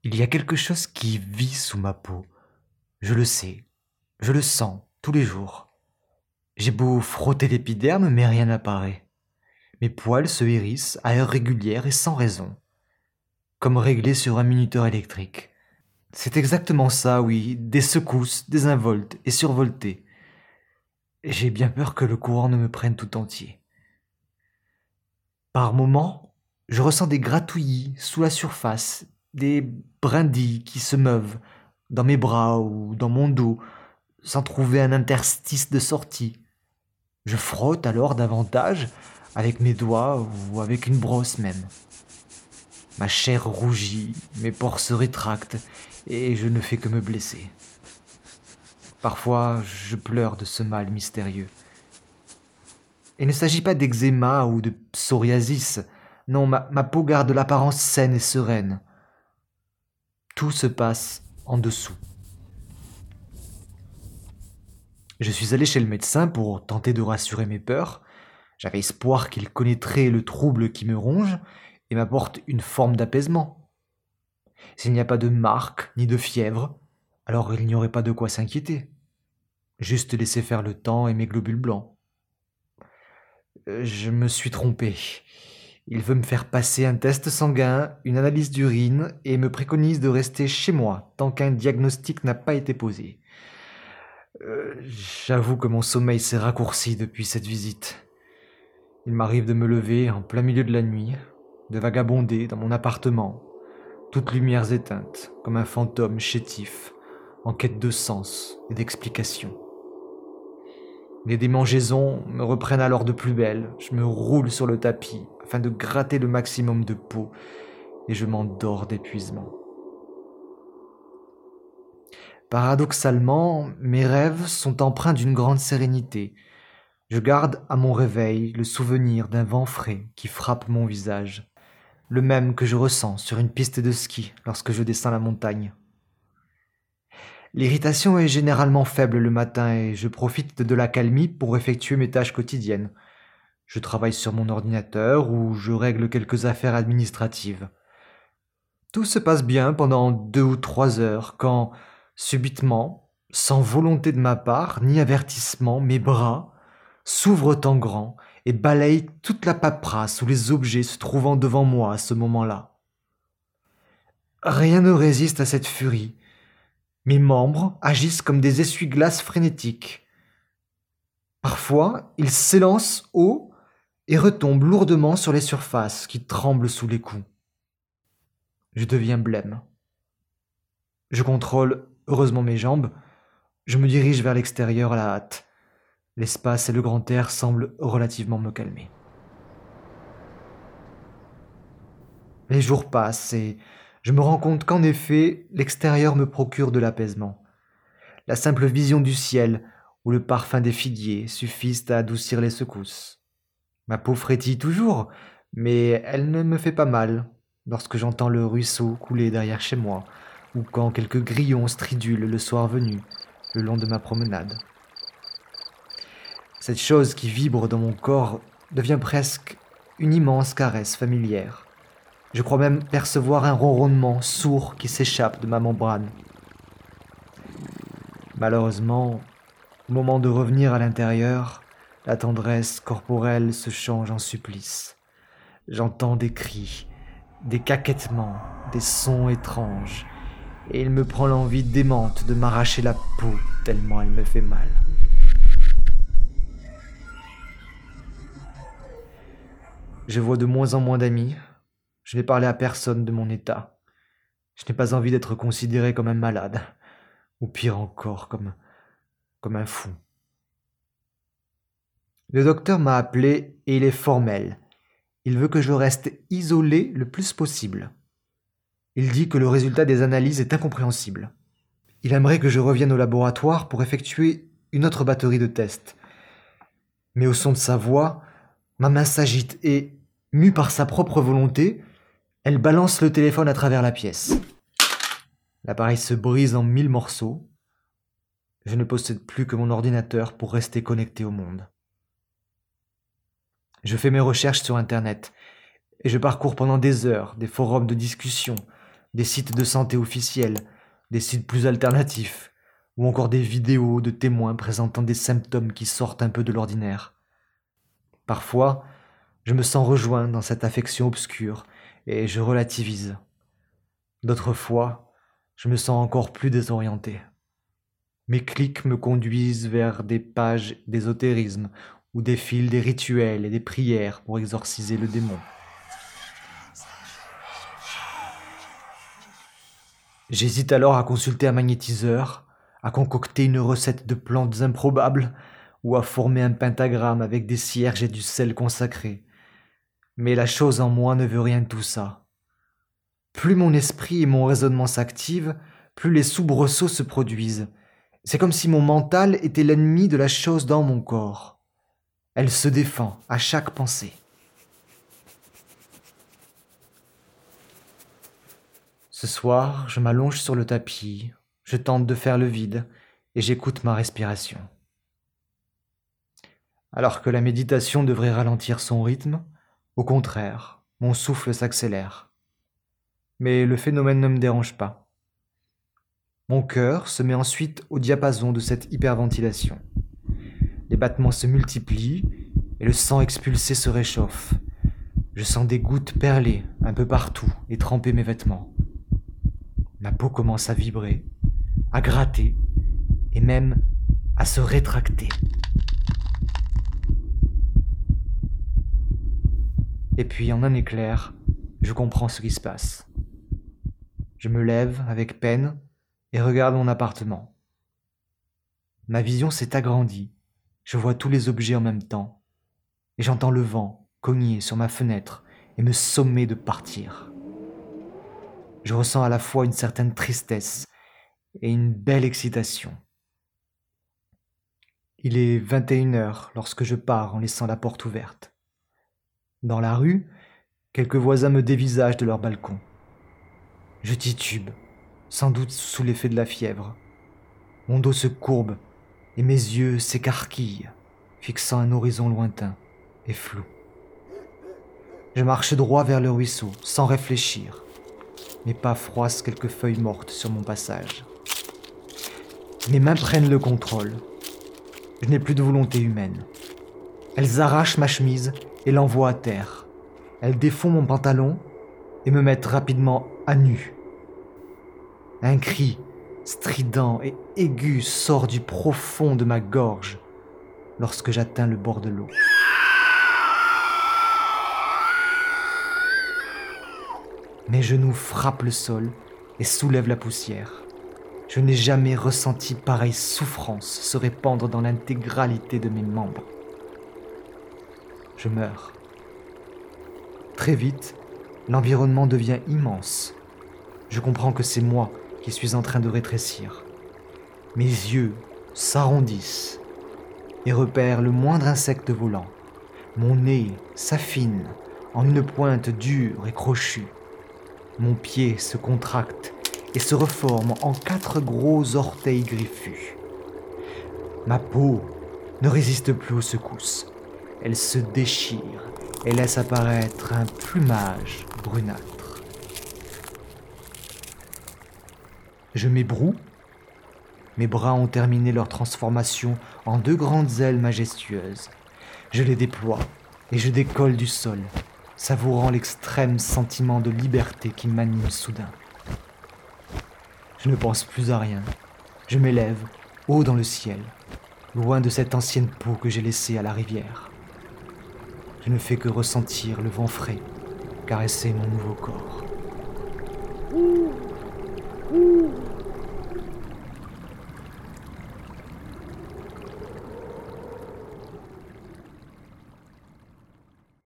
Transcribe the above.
Il y a quelque chose qui vit sous ma peau. Je le sais, je le sens tous les jours. J'ai beau frotter l'épiderme, mais rien n'apparaît. Mes poils se hérissent à heure régulière et sans raison, comme réglés sur un minuteur électrique. C'est exactement ça, oui, des secousses, désinvoltes et survoltées. J'ai bien peur que le courant ne me prenne tout entier. Par moments, je ressens des gratouillis sous la surface, des brindilles qui se meuvent dans mes bras ou dans mon dos, sans trouver un interstice de sortie. Je frotte alors davantage avec mes doigts ou avec une brosse même. Ma chair rougit, mes pores se rétractent et je ne fais que me blesser. Parfois, je pleure de ce mal mystérieux. Il ne s'agit pas d'eczéma ou de psoriasis. Non, ma peau garde l'apparence saine et sereine. Tout se passe en dessous. Je suis allé chez le médecin pour tenter de rassurer mes peurs. J'avais espoir qu'il connaîtrait le trouble qui me ronge et m'apporte une forme d'apaisement. S'il n'y a pas de marque ni de fièvre, alors il n'y aurait pas de quoi s'inquiéter. Juste laisser faire le temps et mes globules blancs. Je me suis trompé. Il veut me faire passer un test sanguin, une analyse d'urine et me préconise de rester chez moi tant qu'un diagnostic n'a pas été posé. J'avoue que mon sommeil s'est raccourci depuis cette visite. Il m'arrive de me lever en plein milieu de la nuit, de vagabonder dans mon appartement, toutes lumières éteintes, comme un fantôme chétif, en quête de sens et d'explication. Les démangeaisons me reprennent alors de plus belle, je me roule sur le tapis afin de gratter le maximum de peau et je m'endors d'épuisement. Paradoxalement, mes rêves sont empreints d'une grande sérénité. Je garde à mon réveil le souvenir d'un vent frais qui frappe mon visage, le même que je ressens sur une piste de ski lorsque je descends la montagne. L'irritation est généralement faible le matin et je profite de l'accalmie pour effectuer mes tâches quotidiennes. Je travaille sur mon ordinateur ou je règle quelques affaires administratives. Tout se passe bien pendant 2 ou 3 heures quand, subitement, sans volonté de ma part ni avertissement, mes bras s'ouvrent en grand et balayent toute la paperasse ou les objets se trouvant devant moi à ce moment-là. Rien ne résiste à cette furie. Mes membres agissent comme des essuie-glaces frénétiques. Parfois, ils s'élancent haut et retombent lourdement sur les surfaces qui tremblent sous les coups. Je deviens blême. Je contrôle heureusement mes jambes. Je me dirige vers l'extérieur à la hâte. L'espace et le grand air semblent relativement me calmer. Les jours passent et je me rends compte qu'en effet, l'extérieur me procure de l'apaisement. La simple vision du ciel ou le parfum des figuiers suffisent à adoucir les secousses. Ma peau frétille toujours, mais elle ne me fait pas mal lorsque j'entends le ruisseau couler derrière chez moi ou quand quelques grillons stridulent le soir venu le long de ma promenade. Cette chose qui vibre dans mon corps devient presque une immense caresse familière. Je crois même percevoir un ronronnement sourd qui s'échappe de ma membrane. Malheureusement, au moment de revenir à l'intérieur, la tendresse corporelle se change en supplice. J'entends des cris, des caquettements, des sons étranges, et il me prend l'envie démente de m'arracher la peau tellement elle me fait mal. Je vois de moins en moins d'amis. Je n'ai parlé à personne de mon état. Je n'ai pas envie d'être considéré comme un malade, ou pire encore, comme un fou. Le docteur m'a appelé et il est formel. Il veut que je reste isolé le plus possible. Il dit que le résultat des analyses est incompréhensible. Il aimerait que je revienne au laboratoire pour effectuer une autre batterie de tests. Mais au son de sa voix, ma main s'agite et, mue par sa propre volonté, elle balance le téléphone à travers la pièce. L'appareil se brise en 1000 morceaux. Je ne possède plus que mon ordinateur pour rester connecté au monde. Je fais mes recherches sur Internet et je parcours pendant des heures des forums de discussion, des sites de santé officiels, des sites plus alternatifs, ou encore des vidéos de témoins présentant des symptômes qui sortent un peu de l'ordinaire. Parfois, je me sens rejoint dans cette affection obscure et je relativise. D'autres fois, je me sens encore plus désorienté. Mes clics me conduisent vers des pages d'ésotérisme où défilent des rituels et des prières pour exorciser le démon. J'hésite alors à consulter un magnétiseur, à concocter une recette de plantes improbables ou à former un pentagramme avec des cierges et du sel consacré. Mais la chose en moi ne veut rien de tout ça. Plus mon esprit et mon raisonnement s'activent, plus les soubresauts se produisent. C'est comme si mon mental était l'ennemi de la chose dans mon corps. Elle se défend à chaque pensée. Ce soir, je m'allonge sur le tapis, je tente de faire le vide et j'écoute ma respiration. Alors que la méditation devrait ralentir son rythme, au contraire, mon souffle s'accélère. Mais le phénomène ne me dérange pas. Mon cœur se met ensuite au diapason de cette hyperventilation. Les battements se multiplient et le sang expulsé se réchauffe. Je sens des gouttes perler un peu partout et tremper mes vêtements. Ma peau commence à vibrer, à gratter et même à se rétracter. Et puis en un éclair, je comprends ce qui se passe. Je me lève avec peine et regarde mon appartement. Ma vision s'est agrandie, je vois tous les objets en même temps, et j'entends le vent cogner sur ma fenêtre et me sommer de partir. Je ressens à la fois une certaine tristesse et une belle excitation. Il est 21h lorsque je pars en laissant la porte ouverte. Dans la rue, quelques voisins me dévisagent de leur balcon. Je titube, sans doute sous l'effet de la fièvre. Mon dos se courbe et mes yeux s'écarquillent, fixant un horizon lointain et flou. Je marche droit vers le ruisseau, sans réfléchir. Mes pas froissent quelques feuilles mortes sur mon passage. Mes mains prennent le contrôle. Je n'ai plus de volonté humaine. Elles arrachent ma chemise et l'envoient à terre. Elles défont mon pantalon et me mettent rapidement à nu. Un cri strident et aigu sort du profond de ma gorge lorsque j'atteins le bord de l'eau. Mes genoux frappent le sol et soulèvent la poussière. Je n'ai jamais ressenti pareille souffrance se répandre dans l'intégralité de mes membres. Je meurs. Très vite, l'environnement devient immense. Je comprends que c'est moi qui suis en train de rétrécir. Mes yeux s'arrondissent et repèrent le moindre insecte volant. Mon nez s'affine en une pointe dure et crochue. Mon pied se contracte et se reforme en 4 gros orteils griffus. Ma peau ne résiste plus aux secousses. Elle se déchire et laisse apparaître un plumage brunâtre. Je m'ébroue. Mes bras ont terminé leur transformation en 2 grandes ailes majestueuses. Je les déploie et je décolle du sol, savourant l'extrême sentiment de liberté qui m'anime soudain. Je ne pense plus à rien. Je m'élève, haut dans le ciel, loin de cette ancienne peau que j'ai laissée à la rivière. Je ne fais que ressentir le vent frais caresser mon nouveau corps.